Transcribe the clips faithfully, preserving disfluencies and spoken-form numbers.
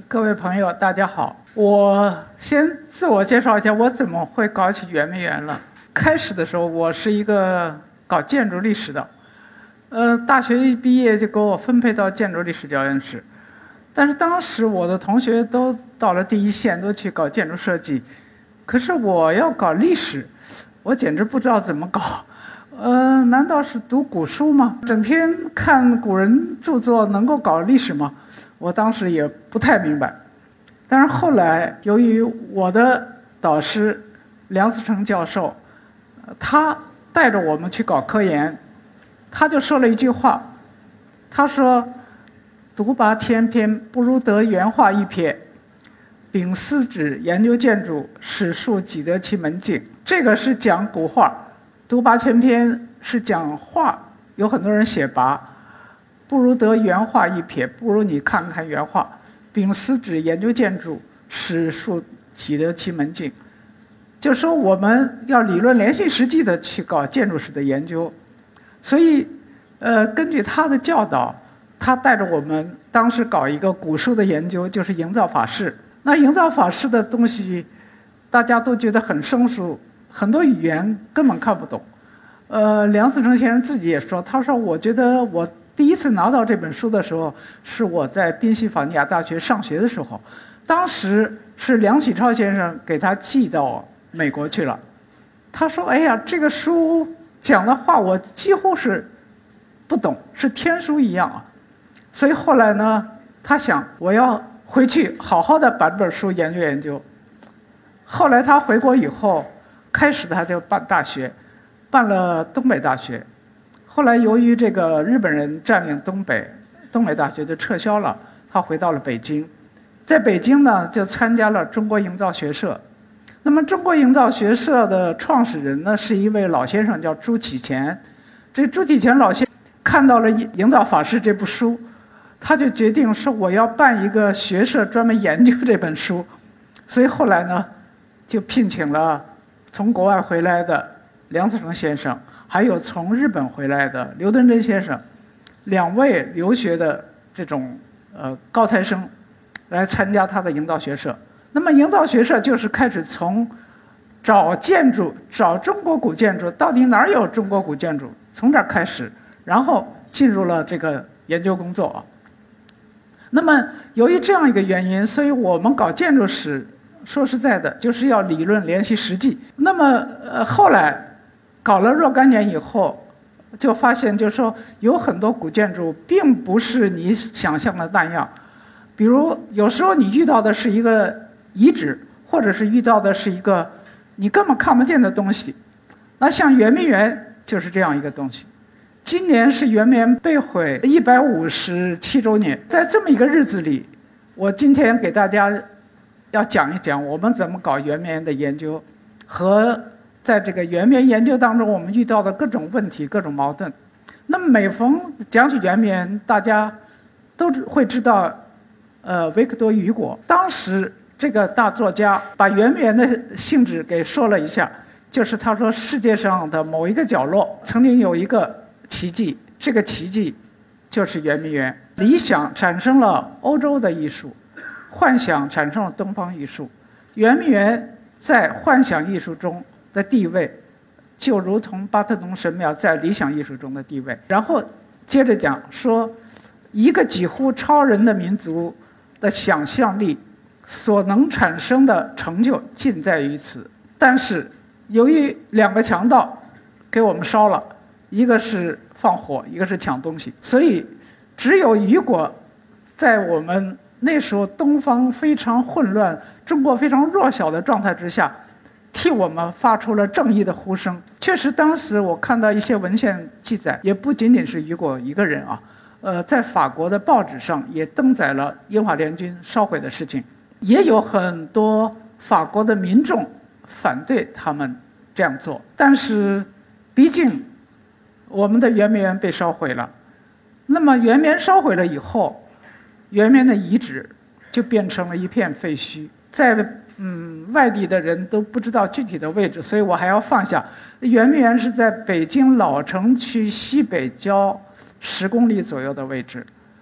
各位朋友，大家好。我先自我介绍一下，我怎么会搞起圆明园了。开始的时候，我是一个搞建筑历史的，呃，大学一毕业就给我分配到建筑历史教研室。但是当时我的同学都到了第一线，都去搞建筑设计，可是我要搞历史，我简直不知道怎么搞。呃，难道是读古书吗？整天看古人著作能够搞历史吗？我当时也不太明白。但是后来，由于我的导师梁思成教授，他带着我们去搞科研，他就说了一句话，他说：“读拔千篇，不如得原话一瞥；秉思旨，研究建筑，史书几得其门径。”这个是讲古画，读拔千篇是讲画，有很多人写拔，不如得原画一瞥，不如你看看原画。秉思旨，研究建筑，史书几得其门径。就说我们要理论联系实际的去搞建筑史的研究，所以，呃，根据他的教导，他带着我们当时搞一个古书的研究，就是营造法式。那营造法式的东西，大家都觉得很生疏，很多语言根本看不懂。呃，梁思成先生自己也说，他说：“我觉得我第一次拿到这本书的时候，是我在宾夕法尼亚大学上学的时候，当时是梁启超先生给他寄到美国去了。他说：‘哎呀，这个书讲的话我几乎是不懂，是天书一样啊。’所以后来呢，他想我要回去好好的把这本书研究研究。后来他回国以后，开始他就办大学，办了东北大学。后来由于这个日本人占领东北，东北大学就撤销了，他回到了北京。在北京呢，就参加了中国营造学社。那么中国营造学社的创始人呢，是一位老先生，叫朱启潜。这朱启潜老先生看到了《营造法式》这部书，他就决定说我要办一个学社专门研究这本书。所以后来呢，就聘请了从国外回来的梁思成先生，还有从日本回来的刘敦桢先生，两位留学的这种呃高材生来参加他的营造学社。那么营造学社就是开始从找建筑，找中国古建筑，到底哪儿有中国古建筑，从这儿开始，然后进入了这个研究工作。那么由于这样一个原因，所以我们搞建筑史，说实在的，就是要理论联系实际。那么呃后来搞了若干年以后，就发现就是说有很多古建筑并不是你想象的那样。比如有时候你遇到的是一个遗址，或者是遇到的是一个你根本看不见的东西。那像圆明园就是这样一个东西。今年是圆明园被毁一百五十七周年，在这么一个日子里，我今天给大家要讲一讲我们怎么搞圆明园的研究，和在这个圆明园研究当中我们遇到的各种问题、各种矛盾。那么每逢讲起圆明园，大家都会知道，呃，维克多·雨果。当时这个大作家把圆明园的性质给说了一下，就是他说世界上的某一个角落曾经有一个奇迹，这个奇迹就是圆明园。理想产生了欧洲的艺术，幻想产生了东方艺术。圆明园在幻想艺术中的地位，就如同巴特农神庙在理想艺术中的地位。然后接着讲说，一个几乎超人的民族的想象力所能产生的成就尽在于此。但是由于两个强盗给我们烧了，一个是放火，一个是抢东西，所以只有雨果在我们那时候东方非常混乱、中国非常弱小的状态之下，替我们发出了正义的呼声。确实当时我看到一些文献记载，也不仅仅是雨果一个人啊，呃，在法国的报纸上也登载了英法联军烧毁的事情，也有很多法国的民众反对他们这样做。但是毕竟我们的圆明园被烧毁了，那么圆明园烧毁了以后，圆明园的遗址就变成了一片废墟，在嗯外地的人都不知道具体的位置，所以我还要放下。圆明园是在北京老城区西北郊十公里左右的位置。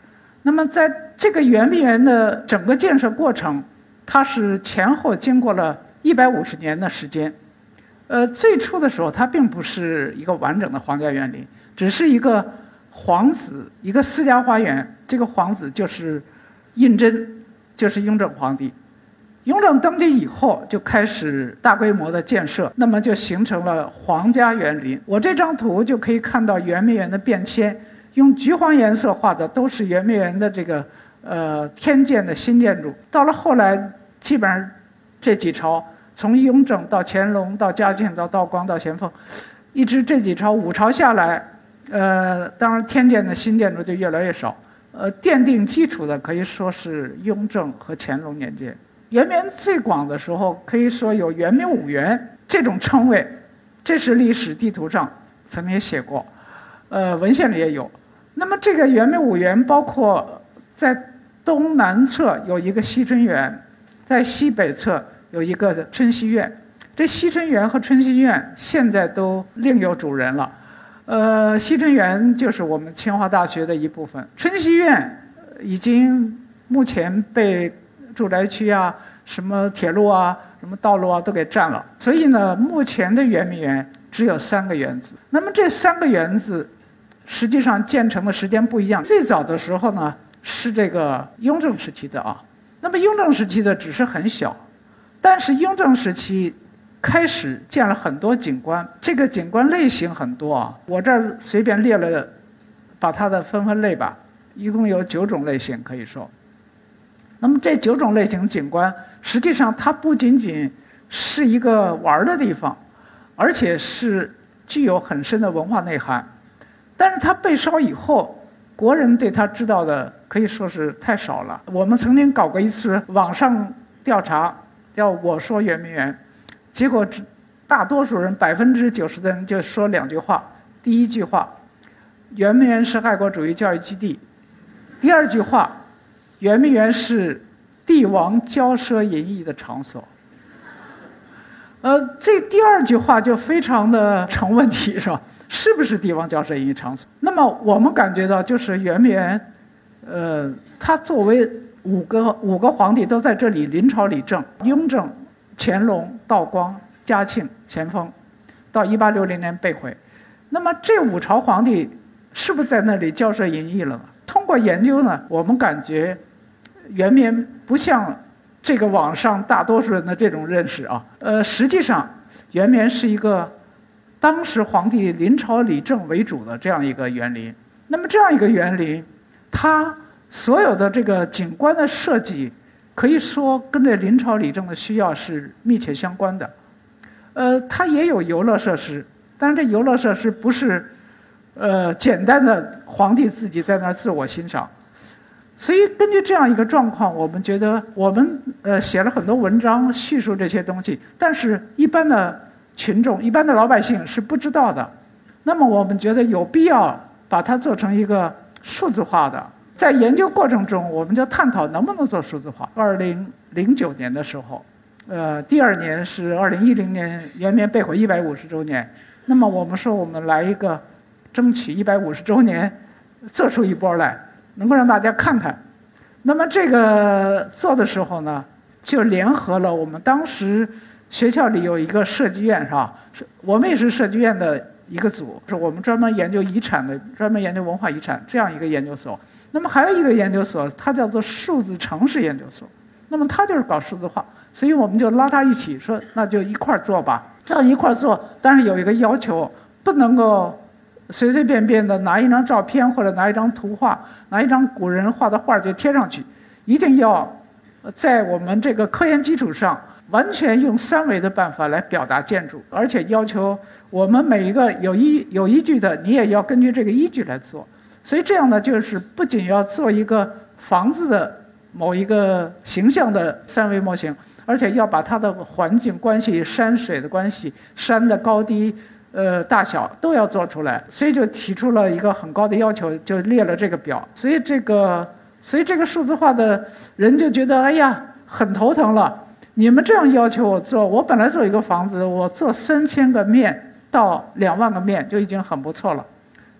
那么在这个圆明园的整个建设过程，它是前后经过了一百五十年的时间。呃，最初的时候，它并不是一个完整的皇家园林，只是一个皇子，一个私家花园。这个皇子就是胤禛，就是雍正皇帝。雍正登基以后，就开始大规模的建设，那么就形成了皇家园林。我这张图就可以看到圆明园的变迁，用橘黄颜色画的都是圆明园的这个呃天建的新建筑。到了后来，基本上这几朝。从雍正到乾隆到嘉庆到道光到咸丰，一直这几朝五朝下来，呃，当然天建的新建筑就越来越少。呃，奠定基础的可以说是雍正和乾隆年间。圆明园最广的时候，可以说有圆明五园这种称谓，这是历史地图上曾经写过，呃，文献里也有。那么这个圆明五园包括在东南侧有一个惜春园，在西北侧有一个春熙院。这惜春园和春熙院现在都另有主人了。呃，惜春园就是我们清华大学的一部分，春熙院已经目前被住宅区啊、什么铁路啊、什么道路啊都给占了。所以呢，目前的圆明园只有三个园子。那么这三个园子实际上建成的时间不一样。最早的时候呢是这个雍正时期的啊，那么雍正时期的只是很小。但是雍正时期开始建了很多景观，这个景观类型很多啊，我这儿随便列了，把它的分分类吧，一共有九种类型可以说。那么这九种类型景观，实际上它不仅仅是一个玩的地方，而且是具有很深的文化内涵。但是它被烧以后，国人对它知道的可以说是太少了。我们曾经搞过一次网上调查，要我说圆明园，结果大多数人百分之九十的人就说两句话。第一句话，圆明园是爱国主义教育基地；第二句话，圆明园是帝王骄奢淫逸的场所。呃，这第二句话就非常的成问题，是吧？是不是帝王骄奢淫逸场所？那么我们感觉到，就是圆明园，呃，它作为五个五个皇帝都在这里临朝理政，雍正、乾隆、道光、嘉庆、咸丰，到一八六零年被毁。那么这五朝皇帝是不是在那里骄奢淫逸了呢？通过研究呢，我们感觉圆明园不像这个网上大多数人的这种认识啊。呃，实际上圆明园是一个当时皇帝临朝理政为主的这样一个园林。那么这样一个园林，它所有的这个景观的设计，可以说跟这临朝理政的需要是密切相关的。呃，它也有游乐设施，但是这游乐设施不是呃简单的皇帝自己在那儿自我欣赏。所以根据这样一个状况，我们觉得我们呃写了很多文章叙述这些东西，但是一般的群众、一般的老百姓是不知道的。那么我们觉得有必要把它做成一个数字化的。在研究过程中，我们就探讨能不能做数字化。二零零九年的时候，呃，第二年是二零一零年圆明园被毁一百五十周年。那么我们说，我们来一个，争取一百五十周年，做出一波来，能够让大家看看。那么这个做的时候呢，就联合了我们当时学校里有一个设计院，是吧？是我们也是设计院的一个组，是我们专门研究遗产的，专门研究文化遗产这样一个研究所。那么还有一个研究所，它叫做数字城市研究所。那么它就是搞数字化，所以我们就拉它一起说，那就一块儿做吧。这样一块儿做，但是有一个要求，不能够随随便便的拿一张照片或者拿一张图画，拿一张古人画的画就贴上去，一定要在我们这个科研基础上，完全用三维的办法来表达建筑，而且要求我们每一个有依有依据的，你也要根据这个依据来做。所以这样呢，就是不仅要做一个房子的某一个形象的三维模型，而且要把它的环境关系、山水的关系、山的高低、呃大小都要做出来。所以就提出了一个很高的要求，就列了这个表。所以这个，所以这个数字化的人就觉得，哎呀，很头疼了。你们这样要求我做，我本来做一个房子，我做三千个面到两万个面就已经很不错了。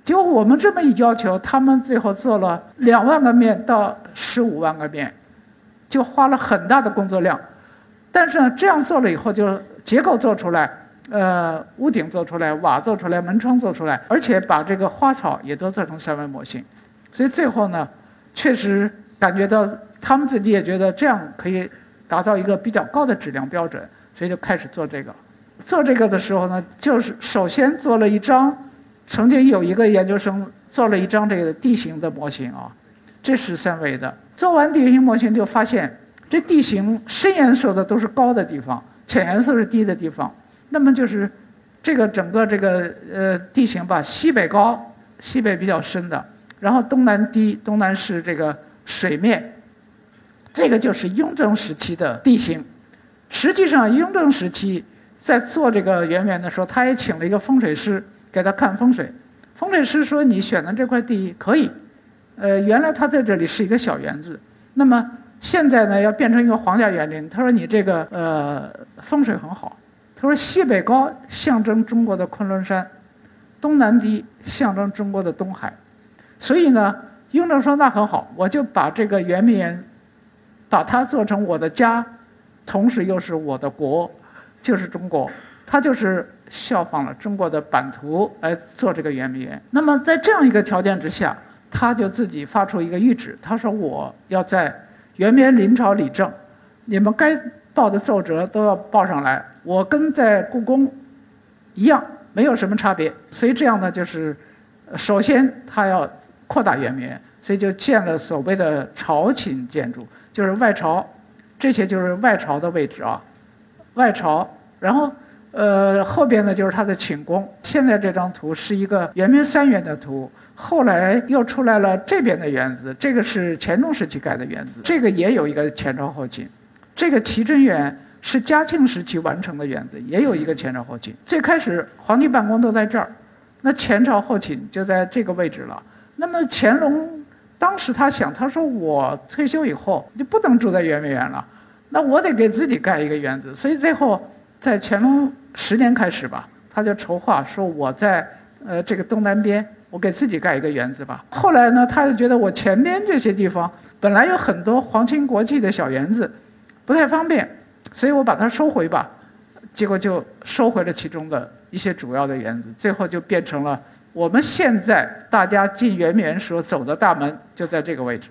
结果我们这么一要求，他们最后做了两万个面到十五万个面，就花了很大的工作量。但是呢，这样做了以后，就结构做出来，呃，屋顶做出来，瓦做出来，门窗做出来，而且把这个花草也都做成三维模型。所以最后呢，确实感觉到他们自己也觉得这样可以达到一个比较高的质量标准，所以就开始做这个。做这个的时候呢，就是首先做了一张。曾经有一个研究生做了一张这个地形的模型啊，这是三维的。做完地形模型就发现，这地形深颜色的都是高的地方，浅颜色是低的地方。那么就是这个整个这个呃地形吧，西北高，西北比较深的，然后东南低，东南是这个水面。这个就是雍正时期的地形。实际上，雍正时期在做这个圆圆的时候，他也请了一个风水师。给他看风水，风水师说你选的这块地可以，呃，原来他在这里是一个小园子，那么现在呢要变成一个皇家园林。他说你这个呃风水很好，他说西北高象征中国的昆仑山，东南低象征中国的东海，所以呢，雍正说那很好，我就把这个圆明园，把它做成我的家，同时又是我的国，就是中国。他就是效仿了中国的版图来做这个圆明园。那么在这样一个条件之下，他就自己发出一个谕旨，他说我要在圆明园临朝理政，你们该报的奏折都要报上来，我跟在故宫一样，没有什么差别。所以这样呢，就是首先他要扩大圆明园，所以就建了所谓的朝寝建筑，就是外朝，这些就是外朝的位置啊，外朝，然后。呃，后边呢就是它的寝宫。现在这张图是一个圆明三园的图，后来又出来了这边的园子，这个是乾隆时期盖的园子，这个也有一个前朝后寝。这个齐春园是嘉庆时期完成的园子，也有一个前朝后寝。最开始皇帝办公都在这儿，那前朝后寝就在这个位置了。那么乾隆当时他想，他说我退休以后就不能住在圆明园了，那我得给自己盖一个园子，所以最后在乾隆十年开始吧，他就筹划说我在呃这个东南边，我给自己盖一个园子吧。后来呢，他又觉得我前边这些地方本来有很多皇亲国戚的小园子，不太方便，所以我把它收回吧。结果就收回了其中的一些主要的园子，最后就变成了我们现在大家进圆明园时候走的大门就在这个位置。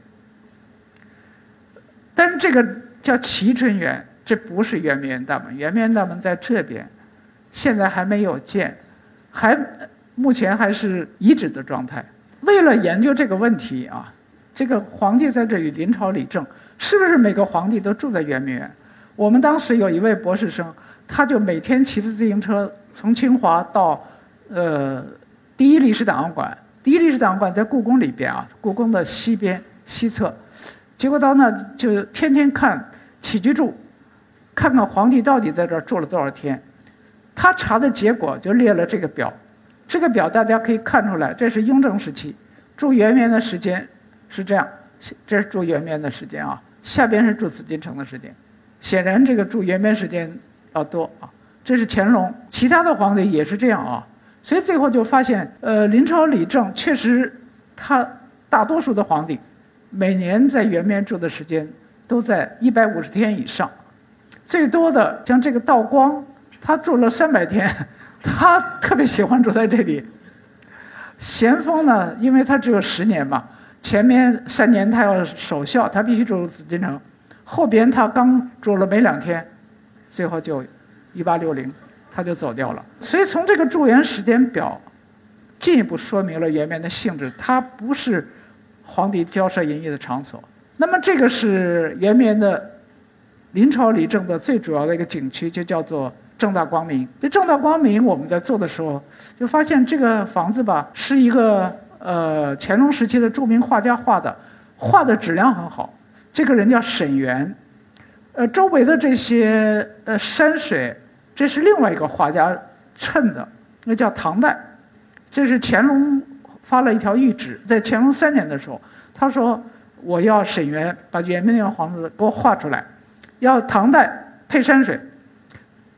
但是这个叫齐春园，这不是圆明园大门，圆明园大门在这边。现在还没有建，还目前还是遗址的状态。为了研究这个问题啊，这个皇帝在这里临朝理政，是不是每个皇帝都住在圆明园？我们当时有一位博士生，他就每天骑着自行车从清华到呃第一历史档案馆，第一历史档案馆在故宫里边啊，故宫的西边西侧，结果到那就天天看起居注，看看皇帝到底在这儿住了多少天。他查的结果就列了这个表，这个表大家可以看出来，这是雍正时期住圆明园的时间是这样，这是住圆明园的时间啊，下边是住紫禁城的时间，显然这个住圆明园时间要多啊。这是乾隆，其他的皇帝也是这样啊，所以最后就发现，呃，临朝理政确实，他大多数的皇帝每年在圆明园住的时间都在一百五十天以上，最多的像这个道光。他住了三百天，他特别喜欢住在这里。咸丰呢，因为他只有十年嘛，前面三年他要守孝，他必须住紫禁城，后边他刚住了没两天，最后就一八六零他就走掉了。所以从这个住园时间表，进一步说明了圆明园的性质，它不是皇帝骄奢淫逸的场所。那么这个是圆明园的临朝理政的最主要的一个景区，就叫做正大光明。这正大光明我们在做的时候就发现这个房子吧，是一个呃乾隆时期的著名画家画的，画的质量很好。这个人叫沈园，呃周围的这些呃山水，这是另外一个画家衬的，那叫唐代。这是乾隆发了一条谕旨，在乾隆三年的时候，他说我要沈园把圆明园房子给我画出来，要唐代配山水。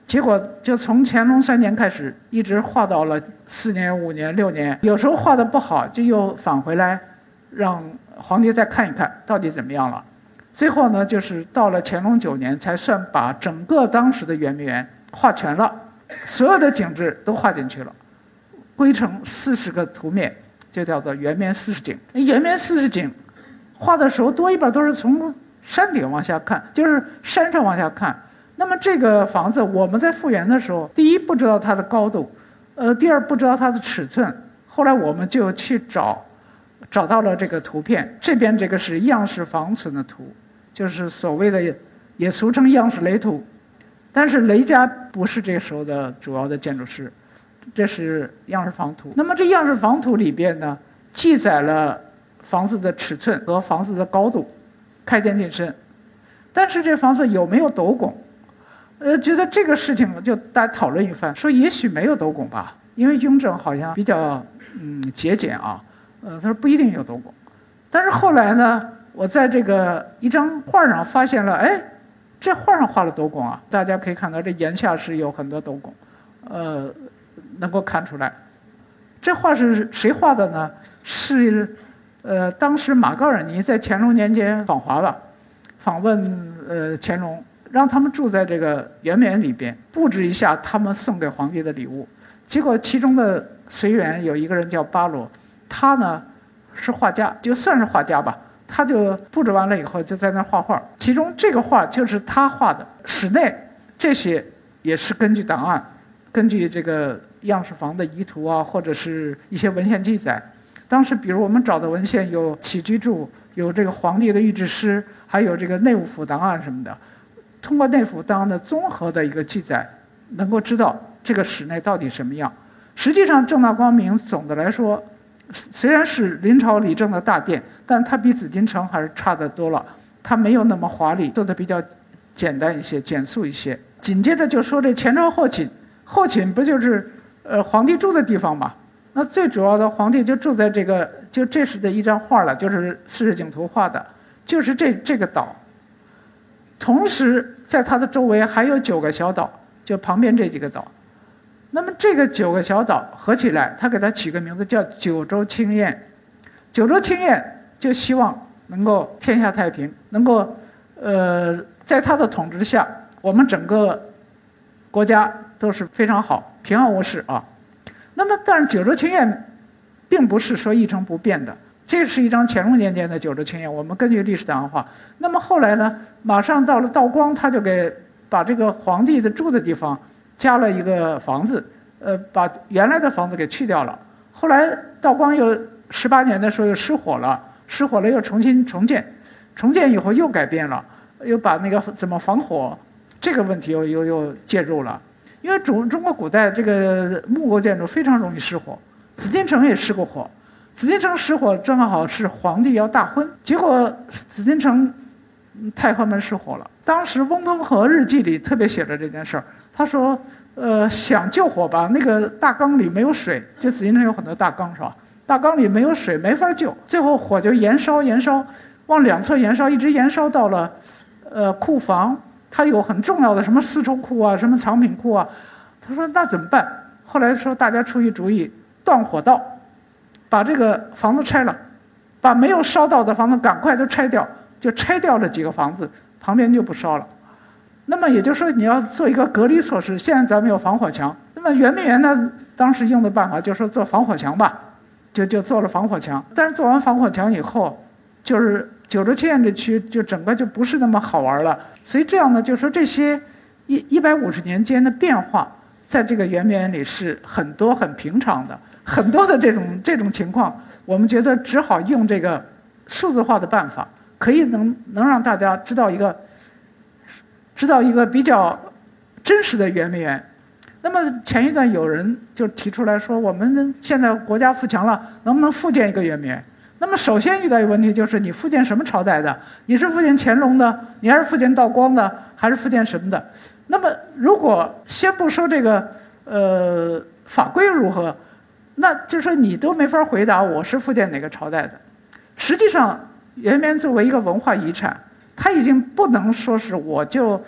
结果就从乾隆三年开始，一直画到了四年、五年、六年，有时候画的不好，就又返回来，让皇帝再看一看到底怎么样了。最后呢，就是到了乾隆九年，才算把整个当时的圆明园画全了，所有的景致都画进去了，归成四十个图面，就叫做圆明四十景。圆明四十景画的时候，多一半都是从山顶往下看，就是山上往下看。那么这个房子我们在复原的时候，第一不知道它的高度，呃，第二不知道它的尺寸。后来我们就去找，找到了这个图片。这边这个是样式房存的图，就是所谓的也俗称样式雷图。但是雷家不是这个时候的主要的建筑师，这是样式房图。那么这样式房图里边呢，记载了房子的尺寸和房子的高度，开间进深。但是这房子有没有斗拱？呃，觉得这个事情就大家讨论一番，说也许没有斗拱吧，因为雍正好像比较嗯节俭啊，呃，他说不一定有斗拱。但是后来呢，我在这个一张画上发现了，哎，这画上画了斗拱啊，大家可以看到这檐下是有很多斗拱，呃，能够看出来。这画是谁画的呢？是呃，当时马高尔尼在乾隆年间访华了，访问呃乾隆。让他们住在这个圆明园里边，布置一下他们送给皇帝的礼物。结果其中的随员有一个人叫巴罗，他呢是画家，就算是画家吧。他就布置完了以后，就在那画画。其中这个画就是他画的，室内这些也是根据档案，根据这个样式房的遗图啊，或者是一些文献记载。当时比如我们找的文献有起居注，有这个皇帝的御制诗，还有这个内务府档案什么的。通过内府档案的综合的一个记载，能够知道这个室内到底什么样。实际上，正大光明总的来说，虽然是临朝理政的大殿，但它比紫禁城还是差得多了。它没有那么华丽，做的比较简单一些、简素一些。紧接着就说这前朝后寝，后寝不就是呃皇帝住的地方吗？那最主要的皇帝就住在这个，就这是的一张画了，就是四十景图画的，就是这这个岛。同时，在它的周围还有九个小岛，就旁边这几个岛。那么这个九个小岛合起来，他给它起个名字叫九州清晏。九州清晏就希望能够天下太平，能够呃在他的统治下，我们整个国家都是非常好，平安无事啊。那么，但是九州清晏并不是说一成不变的。这是一张乾隆年间的九州清晏，我们根据历史档案画。那么后来呢，马上到了道光，他就给把这个皇帝的住的地方加了一个房子，呃，把原来的房子给去掉了。后来道光又十八年的时候又失火了，失火了又重新重建，重建以后又改变了，又把那个怎么防火这个问题又又又介入了。因为中中国古代这个木构建筑非常容易失火，紫禁城也失过火。紫禁城失火正好是皇帝要大婚，结果紫禁城太和门失火了。当时翁同龢日记里特别写了这件事儿，他说：“呃，想救火吧，那个大缸里没有水，就紫禁城有很多大缸是吧？大缸里没有水，没法救。最后火就延烧，延烧，往两侧延烧，一直延烧到了呃库房，它有很重要的什么丝绸库啊，什么藏品库啊。他说那怎么办？后来说大家出一主意，断火道。”把这个房子拆了，把没有烧到的房子赶快都拆掉，就拆掉了几个房子，旁边就不烧了。那么也就是说，你要做一个隔离措施。现在咱们有防火墙，那么圆明园呢，当时用的办法就是说做防火墙吧，就就做了防火墙。但是做完防火墙以后，就是九州清晏这区就整个就不是那么好玩了。所以这样呢，就是说这些一一百五十年间的变化，在这个圆明园里是很多很平常的。很多的这种这种情况，我们觉得只好用这个数字化的办法，可以能能让大家知道一个知道一个比较真实的圆明园。那么前一段有人就提出来说，我们现在国家富强了，能不能复建一个圆明园？那么首先遇到一个问题就是，你复建什么朝代的？你是复建乾隆的，你还是复建道光的，还是复建什么的？那么如果先不说这个呃法规如何，那就说你都没法回答我是复建哪个朝代的。实际上，圆明园作为一个文化遗产，它已经不能说是我就把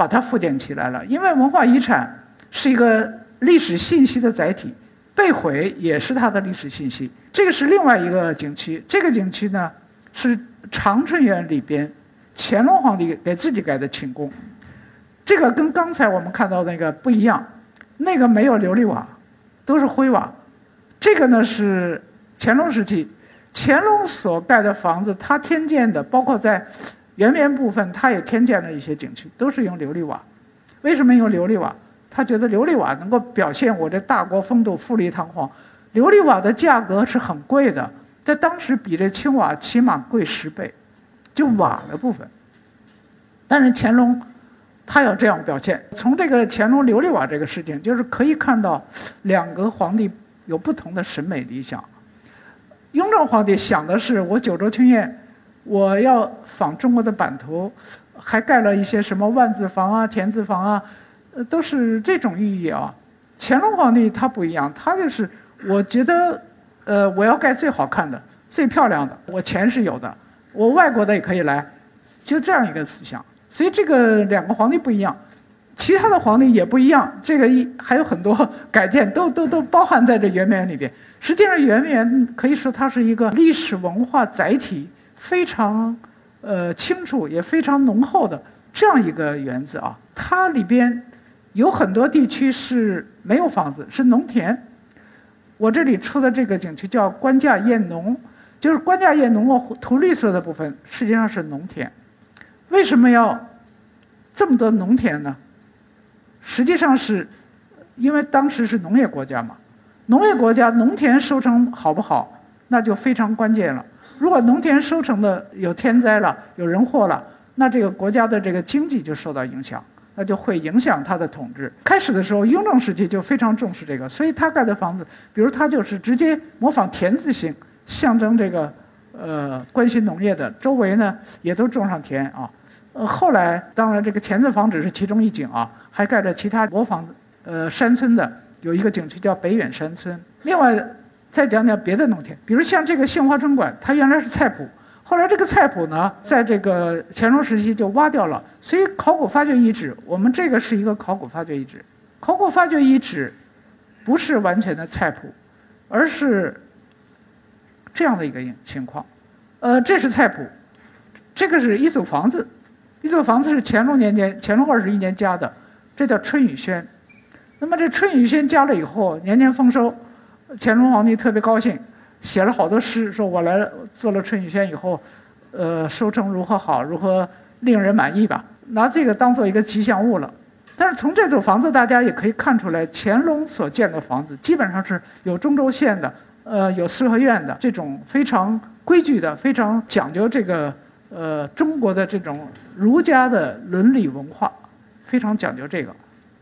把它复建起来了。因为文化遗产是一个历史信息的载体，被毁也是它的历史信息。这个是另外一个景区，这个景区呢是长春园里边乾隆皇帝给自己盖的寝宫，这个跟刚才我们看到那个不一样，那个没有琉璃瓦，都是灰瓦。这个呢是乾隆时期，乾隆所盖的房子，他添建的，包括在圆明园部分，他也添建了一些景区，都是用琉璃瓦。为什么用琉璃瓦？他觉得琉璃瓦能够表现我这大国风度，富丽堂皇。琉璃瓦的价格是很贵的，在当时比这青瓦起码贵十倍，就瓦的部分。但是乾隆他要这样表现，从这个乾隆琉璃瓦这个事情，就是可以看到两个皇帝有不同的审美理想。雍正皇帝想的是，我九州清苑，我要仿中国的版图，还盖了一些什么万字房啊、田字房啊，呃，都是这种寓意啊。乾隆皇帝他不一样，他就是我觉得，呃，我要盖最好看的、最漂亮的，我钱是有的，我外国的也可以来，就这样一个思想。所以这个两个皇帝不一样，其他的皇帝也不一样，这个一还有很多改建都都都包含在这圆明园里边。实际上，圆明园可以说它是一个历史文化载体非常呃清楚也非常浓厚的这样一个园子啊。它里边有很多地区是没有房子，是农田。我这里出的这个景区叫官架堰农，就是官架堰农和涂绿色的部分实际上是农田。为什么要这么多农田呢？实际上是因为当时是农业国家嘛，农业国家农田收成好不好，那就非常关键了。如果农田收成的有天灾了，有人祸了，那这个国家的这个经济就受到影响，那就会影响他的统治。开始的时候，雍正时期就非常重视这个，所以他盖的房子，比如他就是直接模仿田字形，象征这个呃关心农业的，周围呢也都种上田啊。呃，后来当然这个田字房只是其中一景啊，还盖着其他模仿呃山村的，有一个景区叫北远山村。另外再讲讲别的农田，比如像这个杏花春馆，它原来是菜圃，后来这个菜圃呢，在这个乾隆时期就挖掉了，所以考古发掘遗址，我们这个是一个考古发掘遗址。考古发掘遗址不是完全的菜圃，而是这样的一个情况。呃，这是菜圃，这个是一组房子。一座房子是乾隆年间，乾隆二十一年加的，这叫春雨轩。那么这春雨轩加了以后，年年丰收，乾隆皇帝特别高兴，写了好多诗，说我来做了春雨轩以后，呃，收成如何好，如何令人满意吧，拿这个当做一个吉祥物了。但是从这组房子，大家也可以看出来，乾隆所建的房子基本上是有中轴线的，呃，有四合院的，这种非常规矩的，非常讲究这个。呃，中国的这种儒家的伦理文化非常讲究这个。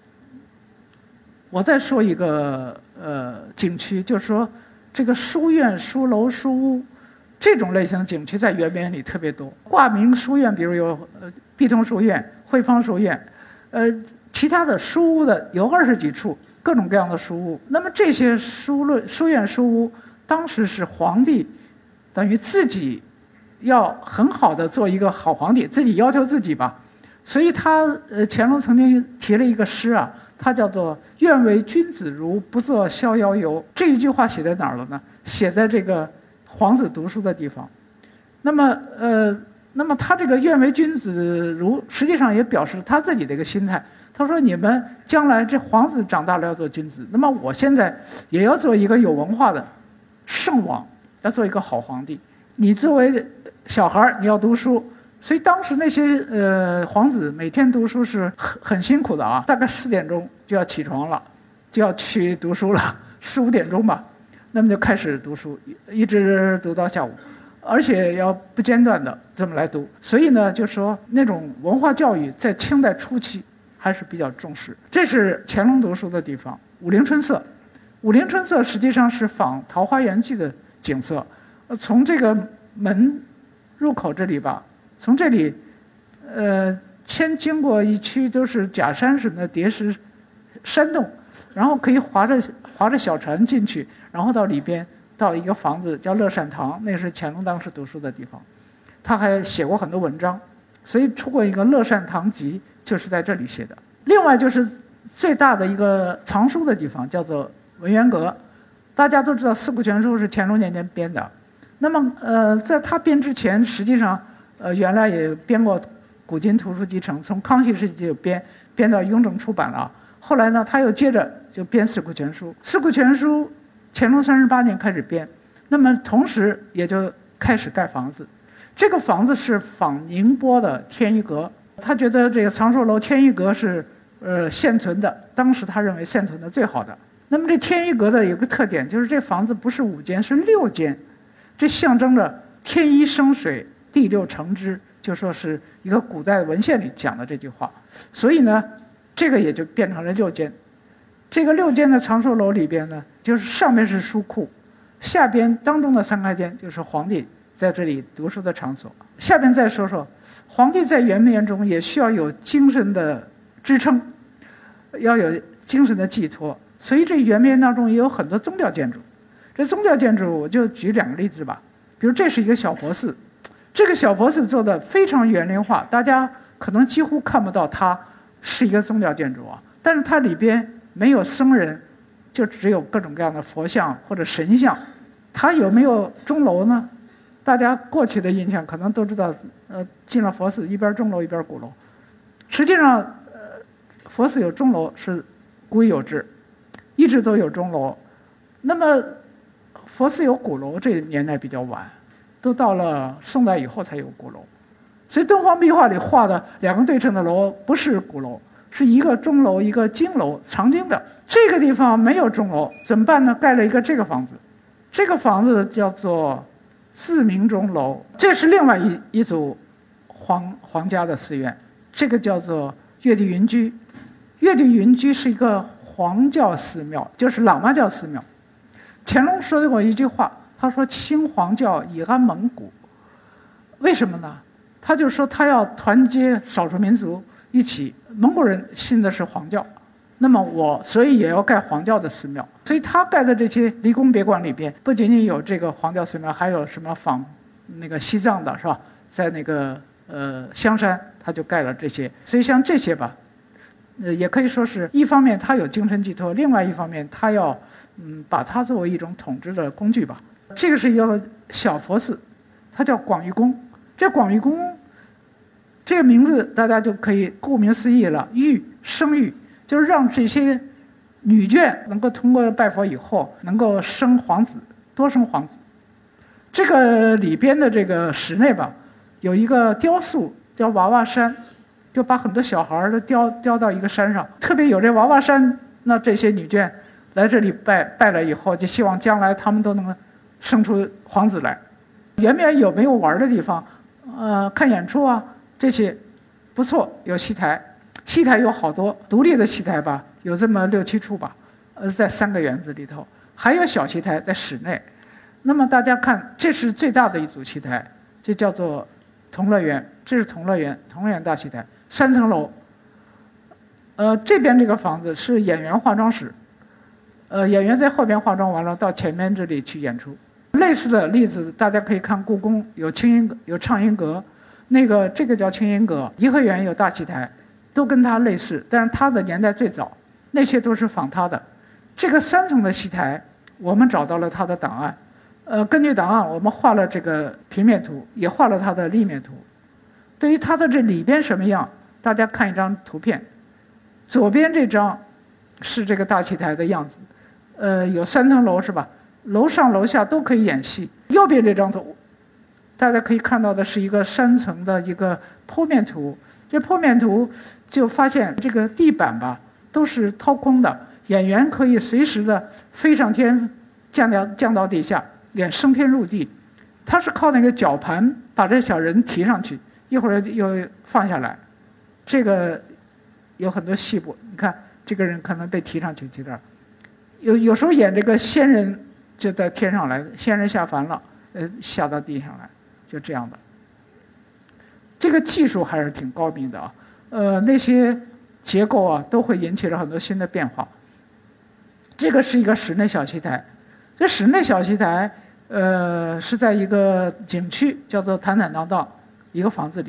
我再说一个呃景区，就是说这个书院、书楼、书屋这种类型的景区在圆明园里特别多。挂名书院，比如有呃碧通书院、汇芳书院，呃，其他的书屋的有二十几处，各种各样的书屋。那么这些书论、书院、书屋，当时是皇帝等于自己。要很好的做一个好皇帝，自己要求自己吧，所以他呃乾隆曾经提了一个诗啊，他叫做“愿为君子如，不做逍遥游”。这一句话写在哪儿了呢？写在这个皇子读书的地方。那么呃，那么他这个“愿为君子如”，实际上也表示他自己的一个心态。他说：“你们将来这皇子长大了要做君子，那么我现在也要做一个有文化的圣王，要做一个好皇帝。你作为小孩你要读书，所以当时那些呃皇子每天读书是很很辛苦的啊，大概四点钟就要起床了，就要去读书了，四五点钟吧，那么就开始读书，一直读到下午，而且要不间断的这么来读。所以呢，就说那种文化教育在清代初期还是比较重视。这是乾隆读书的地方，武陵春色。武陵春色实际上是仿《桃花源记》的景色，从这个门入口这里吧，从这里，呃，先经过一区都是假山什么的叠石山洞，然后可以划着划着小船进去，然后到里边到一个房子叫乐善堂，那是乾隆当时读书的地方。他还写过很多文章， 所以出过一个《乐善堂集》，就是在这里写的。另外就是最大的一个藏书的地方叫做文渊阁，大家都知道《四库全书》是乾隆年间编的。那么呃，在他编之前，实际上呃原来也编过《古今图书集成》，从康熙时期就编编到雍正出版了。后来呢，他又接着就编《四库全书》。《四库全书》乾隆三十八年开始编，那么同时也就开始盖房子。这个房子是仿宁波的天一阁，他觉得这个长寿楼天一阁是呃现存的，当时他认为现存的最好的。那么这天一阁的有个特点，就是这房子不是五间，是六间，这象征着天一生水，地六成之，就说是一个古代文献里讲的这句话。所以呢，这个也就变成了六间。这个六间的长寿楼里边呢，就是上面是书库，下边当中的三开间就是皇帝在这里读书的场所。下边再说说，皇帝在圆明园中也需要有精神的支撑，要有精神的寄托，所以这圆明园当中也有很多宗教建筑。这宗教建筑我就举两个例子吧，比如这是一个小佛寺，这个小佛寺做的非常园林化，大家可能几乎看不到它是一个宗教建筑啊，但是它里边没有僧人，就只有各种各样的佛像或者神像。它有没有钟楼呢？大家过去的印象可能都知道，呃，进了佛寺一边钟楼一边鼓楼。实际上，呃，佛寺有钟楼是古已有之，一直都有钟楼。那么佛寺有鼓楼，这年代比较晚，都到了宋代以后才有鼓楼。所以敦煌壁画里画的两个对称的楼不是鼓楼，是一个钟楼一个经楼，藏经的。这个地方没有钟楼怎么办呢？盖了一个这个房子，这个房子叫做自明钟楼，这是另外一一组皇皇家的寺院，这个叫做月地云居。月地云居是一个黄教寺庙，就是喇嘛教寺庙。乾隆说过一句话，他说清黄教以安蒙古。为什么呢？他就说他要团结少数民族一起，蒙古人信的是黄教，那么我所以也要盖黄教的寺庙。所以他盖的这些离宫别馆里边，不仅仅有这个黄教寺庙，还有什么仿那个西藏的是吧？在那个呃香山，他就盖了这些。所以像这些吧，呃也可以说是一方面他有精神寄托，另外一方面他要嗯把它作为一种统治的工具吧。这个是一个小佛寺，它叫广玉宫。这广玉宫这个名字大家就可以顾名思义了，玉生育，就是让这些女眷能够通过拜佛以后能够生皇子，多生皇子。这个里边的这个室内吧，有一个雕塑叫娃娃山，就把很多小孩都雕雕到一个山上，特别有这娃娃山，那这些女眷来这里拜拜了以后，就希望将来他们都能生出皇子来。圆明园有没有玩的地方？呃，看演出啊，这些不错，有戏台，戏台有好多独立的戏台吧，有这么六七处吧，呃，在三个园子里头，还有小戏台在室内。那么大家看，这是最大的一组戏台，就叫做同乐园，这是同乐园，同乐园大戏台，三层楼。呃，这边这个房子是演员化妆室，呃，演员在后边化妆完了，到前面这里去演出。类似的例子，大家可以看故宫有清音有畅音阁，那个这个叫清音阁，颐和园有大戏台，都跟它类似，但是它的年代最早，那些都是仿它的。这个三层的戏台，我们找到了它的档案，呃，根据档案我们画了这个平面图，也画了它的立面图。对于它的这里边什么样，大家看一张图片，左边这张是这个大戏台的样子，呃，有三层楼是吧？楼上楼下都可以演戏。右边这张图，大家可以看到的是一个三层的一个剖面图。这剖面图就发现这个地板吧都是掏空的，演员可以随时的飞上天，降到降到地下，演升天入地。他是靠那个绞盘把这小人提上去，一会儿又放下来。这个有很多细部，你看这个人可能被提上去提这儿。有有时候演这个仙人。就在天上来，仙人下凡了，呃，下到地上来，就这样的。这个技术还是挺高明的啊，呃，那些结构啊，都会引起了很多新的变化。这个是一个室内小戏台，这室内小戏台，呃，是在一个景区叫做坦坦荡荡一个房子里，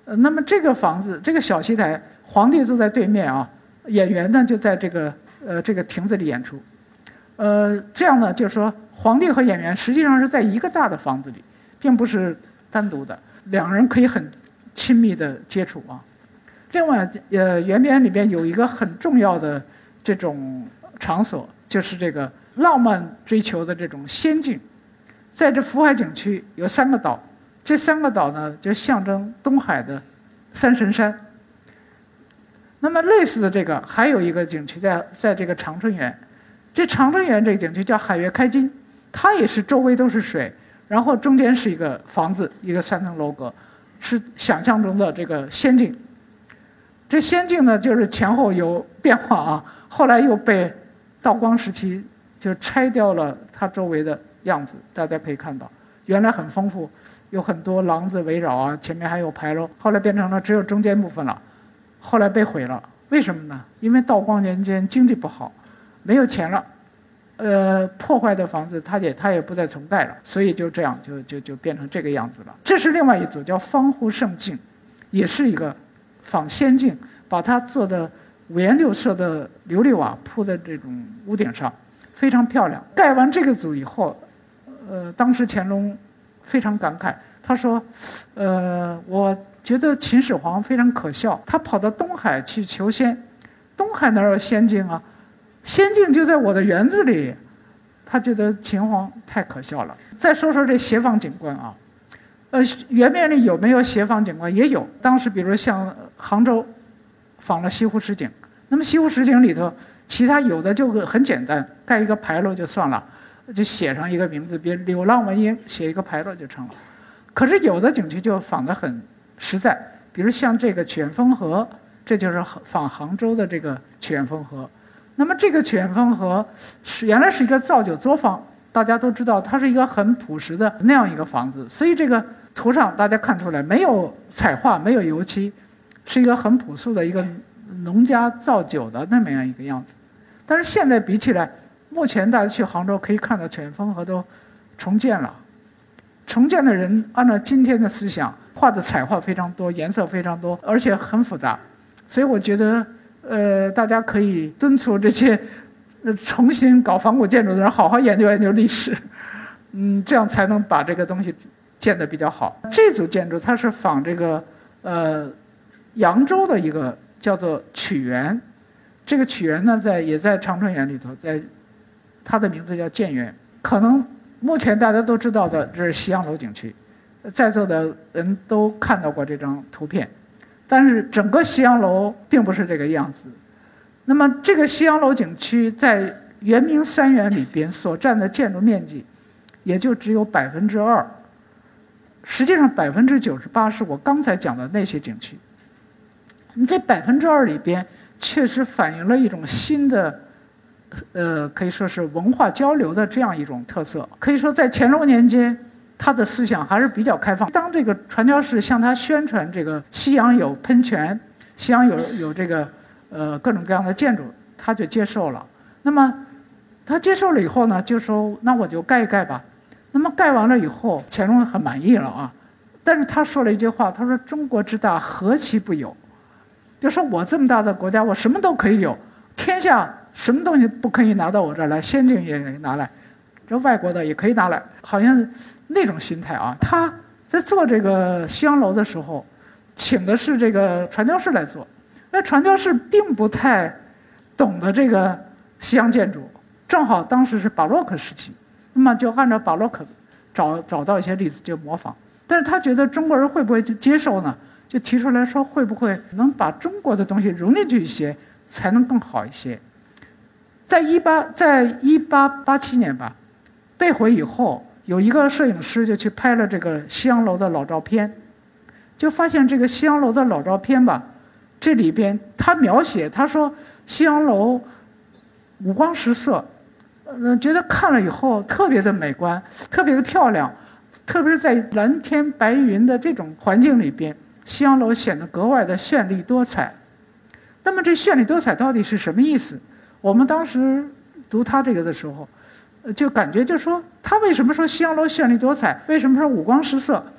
呃，那么这个房子，这个小戏台，皇帝坐在对面啊，演员呢就在这个呃这个亭子里演出。呃，这样呢，就是说皇帝和演员实际上是在一个大的房子里，并不是单独的，两人可以很亲密的接触啊。另外，呃，圆明园里边有一个很重要的这种场所，就是这个浪漫追求的这种仙境。在这福海景区有三个岛，这三个岛呢就象征东海的三神山。那么类似的这个还有一个景区在在这个长春园。这长春园这个景区叫海悦开金，它也是周围都是水，然后中间是一个房子，一个三层楼阁，是想象中的这个仙境。这仙境呢，就是前后有变化啊，后来又被道光时期就拆掉了它周围的样子，大家可以看到，原来很丰富，有很多廊子围绕啊，前面还有牌楼，后来变成了只有中间部分了，后来被毁了。为什么呢？因为道光年间经济不好。没有钱了，呃，破坏的房子它也它也不再重盖了，所以就这样就就就变成这个样子了。这是另外一组叫方湖胜境，也是一个仿仙境，把它做的五颜六色的琉璃瓦铺在这种屋顶上，非常漂亮。盖完这个组以后，呃，当时乾隆非常感慨，他说，呃，我觉得秦始皇非常可笑，他跑到东海去求仙，东海哪有仙境啊？仙境就在我的园子里，他觉得秦皇太可笑了。再说说这斜房景观啊，呃，圆明园里有没有斜房景观？也有。当时比如像杭州仿了西湖十景，那么西湖十景里头，其他有的就很简单，盖一个牌楼就算了，就写上一个名字，比如柳浪闻莺，写一个牌楼就成了。可是有的景区就仿得很实在，比如像这个曲园风荷，这就是仿杭州的这个曲园风荷。那么这个曲园风荷是原来是一个造酒作坊，大家都知道它是一个很朴实的那样一个房子，所以这个图上大家看出来没有彩画，没有油漆，是一个很朴素的一个农家造酒的那么样一个样子。但是现在比起来，目前大家去杭州可以看到曲园风荷都重建了，重建的人按照今天的思想画的彩画非常多，颜色非常多，而且很复杂，所以我觉得呃，大家可以敦促这些呃重新搞仿古建筑的人好好研究研究历史，嗯，这样才能把这个东西建得比较好。这组建筑它是仿这个呃扬州的一个叫做曲园，这个曲园呢在也在长春园里头，在它的名字叫建园。可能目前大家都知道的这是西洋楼景区，在座的人都看到过这张图片。但是整个西洋楼并不是这个样子。那么这个西洋楼景区在圆明三园里边所占的建筑面积，也就只有百分之二。实际上百分之九十八是我刚才讲的那些景区。这百分之二里边，确实反映了一种新的，呃，可以说是文化交流的这样一种特色。可以说在乾隆年间，他的思想还是比较开放。当这个传教士向他宣传这个西洋有喷泉，西洋有有这个呃各种各样的建筑，他就接受了。那么他接受了以后呢，就说那我就盖一盖吧。那么盖完了以后，乾隆很满意了啊。但是他说了一句话，他说：“中国之大，何其不有？”就说我这么大的国家，我什么都可以有，天下什么东西不可以拿到我这儿来？仙境也可以拿来，这外国的也可以拿来，好像那种心态啊。他在做这个西洋楼的时候，请的是这个传教士来做。那传教士并不太懂得这个西洋建筑，正好当时是巴洛克时期，那么就按照巴洛克找找到一些例子就模仿。但是他觉得中国人会不会接受呢？就提出来说，会不会能把中国的东西融进去一些，才能更好一些。在一八在一八八七年吧，被毁以后，有一个摄影师就去拍了这个西洋楼的老照片，就发现这个西洋楼的老照片吧，这里边他描写，他说西洋楼五光十色，呃，觉得看了以后特别的美观，特别的漂亮，特别是在蓝天白云的这种环境里边，西洋楼显得格外的绚丽多彩。那么这绚丽多彩到底是什么意思？我们当时读他这个的时候，就感觉就说他为什么说西洋楼绚丽多彩？为什么说五光十色？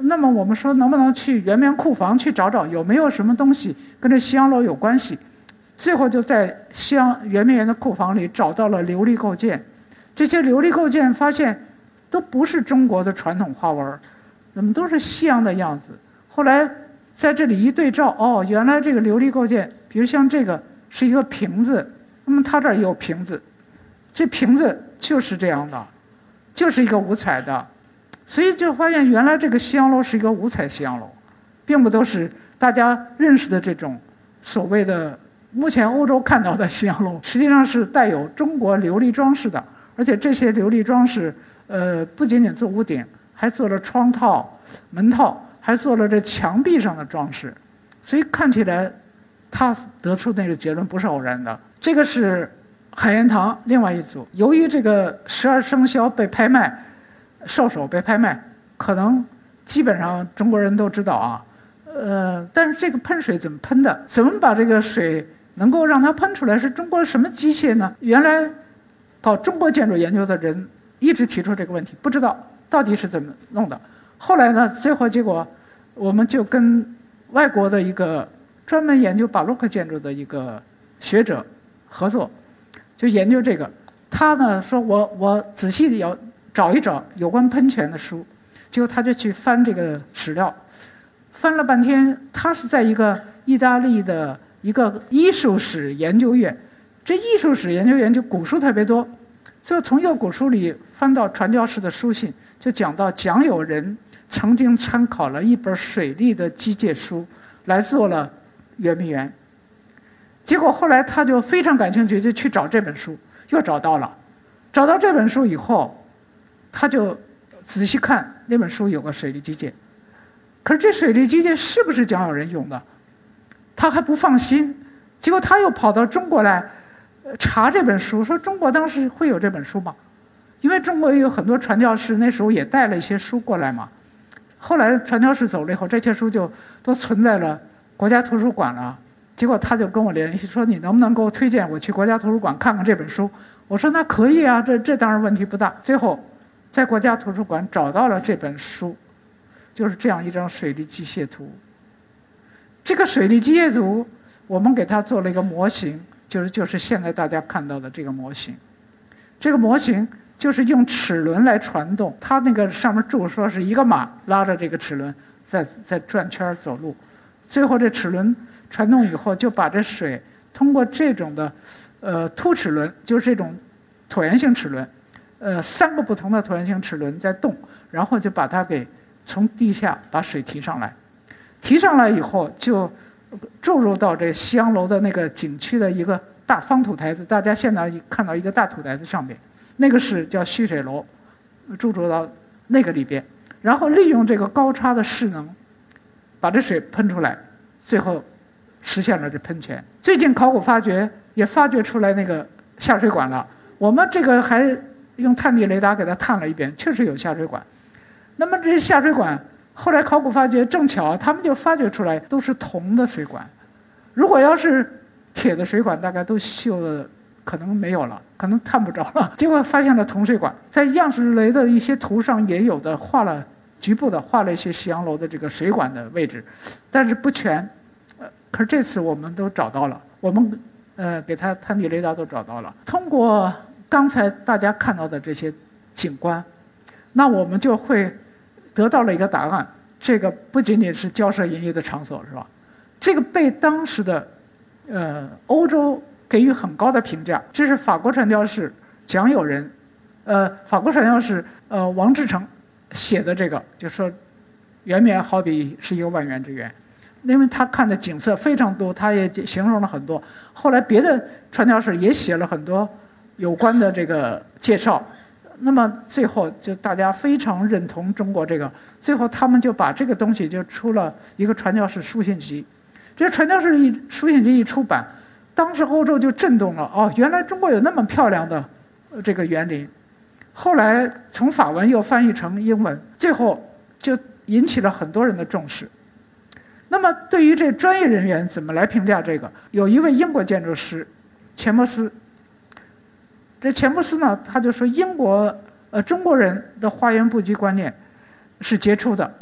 那么我们说能不能去圆明园库房去找找有没有什么东西跟这西洋楼有关系？最后就在西洋圆明园的库房里找到了琉璃构件，这些琉璃构件发现都不是中国的传统花纹，怎么都是西洋的样子。后来在这里一对照，哦，原来这个琉璃构件，比如像这个是一个瓶子，那么它这儿也有瓶子，这瓶子就是这样的，就是一个五彩的，所以就发现原来这个西洋楼是一个五彩西洋楼，并不都是大家认识的这种所谓的目前欧洲看到的西洋楼，实际上是带有中国琉璃装饰的，而且这些琉璃装饰，呃，不仅仅做屋顶，还做了窗套、门套，还做了这墙壁上的装饰，所以看起来，他得出那个结论不是偶然的。这个是海盐堂另外一组，由于这个十二生肖被拍卖，兽首被拍卖，可能基本上中国人都知道啊，呃，但是这个喷水怎么喷的？怎么把这个水能够让它喷出来？是中国什么机械呢？原来搞中国建筑研究的人一直提出这个问题，不知道到底是怎么弄的。后来呢，最后结果我们就跟外国的一个专门研究巴洛克建筑的一个学者合作，就研究这个。他呢说我我仔细要找一找有关喷泉的书，结果他就去翻这个史料，翻了半天，他是在一个意大利的一个艺术史研究院，这艺术史研究院就古书特别多，所以从一个古书里翻到传教士的书信，就讲到蒋友仁曾经参考了一本水利的机械书来做了圆明园，结果后来他就非常感兴趣，就去找这本书，又找到了。找到这本书以后，他就仔细看那本书有个水利机械，可是这水利机械是不是蒋友仁用的，他还不放心。结果他又跑到中国来查这本书，说中国当时会有这本书吗？因为中国有很多传教士那时候也带了一些书过来嘛。后来传教士走了以后，这些书就都存在了国家图书馆了。结果他就跟我联系说，你能不能给我推荐我去国家图书馆看看这本书？我说那可以啊，这这当然问题不大。最后在国家图书馆找到了这本书，就是这样一张水利机械图。这个水利机械图我们给它做了一个模型，就是就是现在大家看到的这个模型。这个模型就是用齿轮来传动，它那个上面注说是一个马拉着这个齿轮在在转圈走路，最后这齿轮传动以后，就把这水通过这种的呃凸齿轮，就是这种椭圆形齿轮，呃三个不同的椭圆形齿轮在动，然后就把它给从地下把水提上来，提上来以后就注入到这西洋楼的那个景区的一个大方土台子，大家现在看到一个大土台子上面，那个是叫蓄水楼，注入到那个里边，然后利用这个高差的势能，把这水喷出来，最后实现了这喷泉。最近考古发掘也发掘出来那个下水管了，我们这个还用探地雷达给它探了一遍，确实有下水管。那么这下水管后来考古发掘正巧他们就发掘出来都是铜的水管，如果要是铁的水管大概都锈的可能没有了，可能探不着了。结果发现了铜水管，在样式雷的一些图上也有的画了局部的画了一些西洋楼的这个水管的位置，但是不全。呃，可是这次我们都找到了，我们呃给它探地雷达都找到了。通过刚才大家看到的这些景观，那我们就会得到了一个答案，这个不仅仅是骄奢淫逸的场所，是吧？这个被当时的呃欧洲给予很高的评价。这是法国传教士蒋友仁，呃，法国传教士呃王志成写的这个，就说圆明园好比是一个万园之园，因为他看的景色非常多，他也形容了很多。后来别的传教士也写了很多有关的这个介绍。那么最后就大家非常认同中国这个，最后他们就把这个东西就出了一个传教士书信集。这传教士一书信集一出版，当时欧洲就震动了，哦，原来中国有那么漂亮的这个园林。后来从法文又翻译成英文，最后就引起了很多人的重视。那么对于这专业人员怎么来评价这个？有一位英国建筑师钱伯斯，这钱伯斯呢，他就说英国呃中国人的花园布局观念是杰出的，他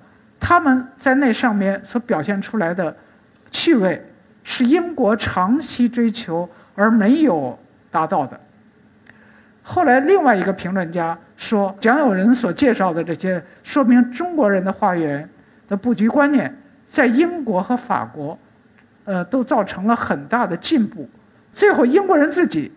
他们在那上面所表现出来的趣味，是英国长期追求而没有达到的。后来另外一个评论家说，蒋友仁所介绍的这些，说明中国人的花园的布局观念，在英国和法国，呃，都造成了很大的进步。最后，英国人自己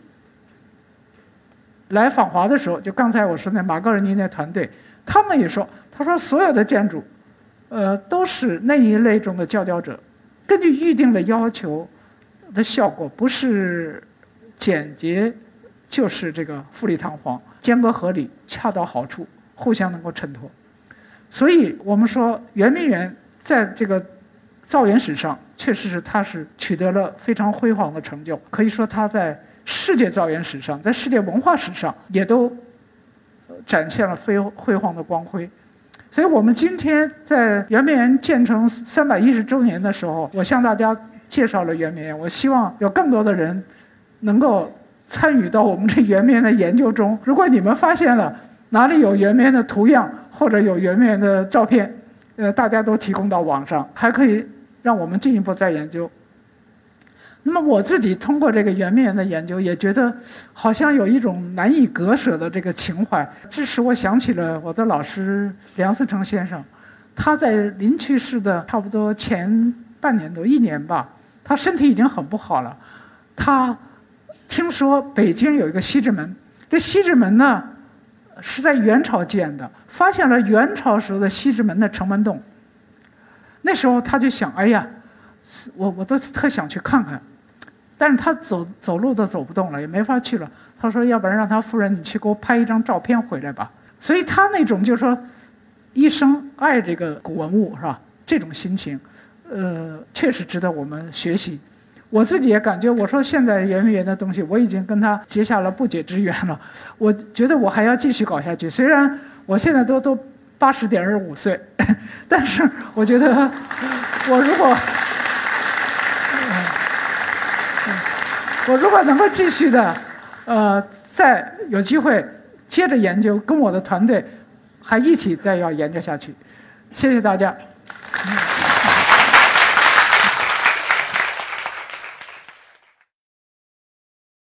来访华的时候，就刚才我说那马格尔尼那团队，他们也说，他说所有的建筑，呃，都是那一类中的佼佼者，根据预定的要求的效果，不是简洁，就是这个富丽堂皇，间隔合理，恰到好处，互相能够衬托。所以我们说圆明园在这个造园史上，确实是它是取得了非常辉煌的成就，可以说它在世界造园史上，在世界文化史上也都展现了非辉煌的光辉。所以我们今天在圆明园建成三百一十周年的时候，我向大家介绍了圆明园，我希望有更多的人能够参与到我们这圆明园的研究中。如果你们发现了哪里有圆明园的图样或者有圆明园的照片，呃，大家都提供到网上，还可以让我们进一步再研究。那么我自己通过这个圆明园的研究，也觉得好像有一种难以割舍的这个情怀，这使我想起了我的老师梁思成先生。他在临去世的差不多前半年多一年吧，他身体已经很不好了。他听说北京有一个西直门，这西直门呢是在元朝建的，发现了元朝时候的西直门的城门洞。那时候他就想，哎呀，我我都特想去看看，但是他走走路都走不动了，也没法去了。他说，要不然让他夫人你去给我拍一张照片回来吧。所以他那种就是说一生爱这个古文物是吧，这种心情，呃，确实值得我们学习。我自己也感觉，我说现在圆明园的东西，我已经跟他结下了不解之缘了。我觉得我还要继续搞下去，虽然我现在都都八十点二五岁，但是我觉得我如果、嗯嗯、我如果能够继续的，呃，再有机会接着研究，跟我的团队还一起再要研究下去。谢谢大家。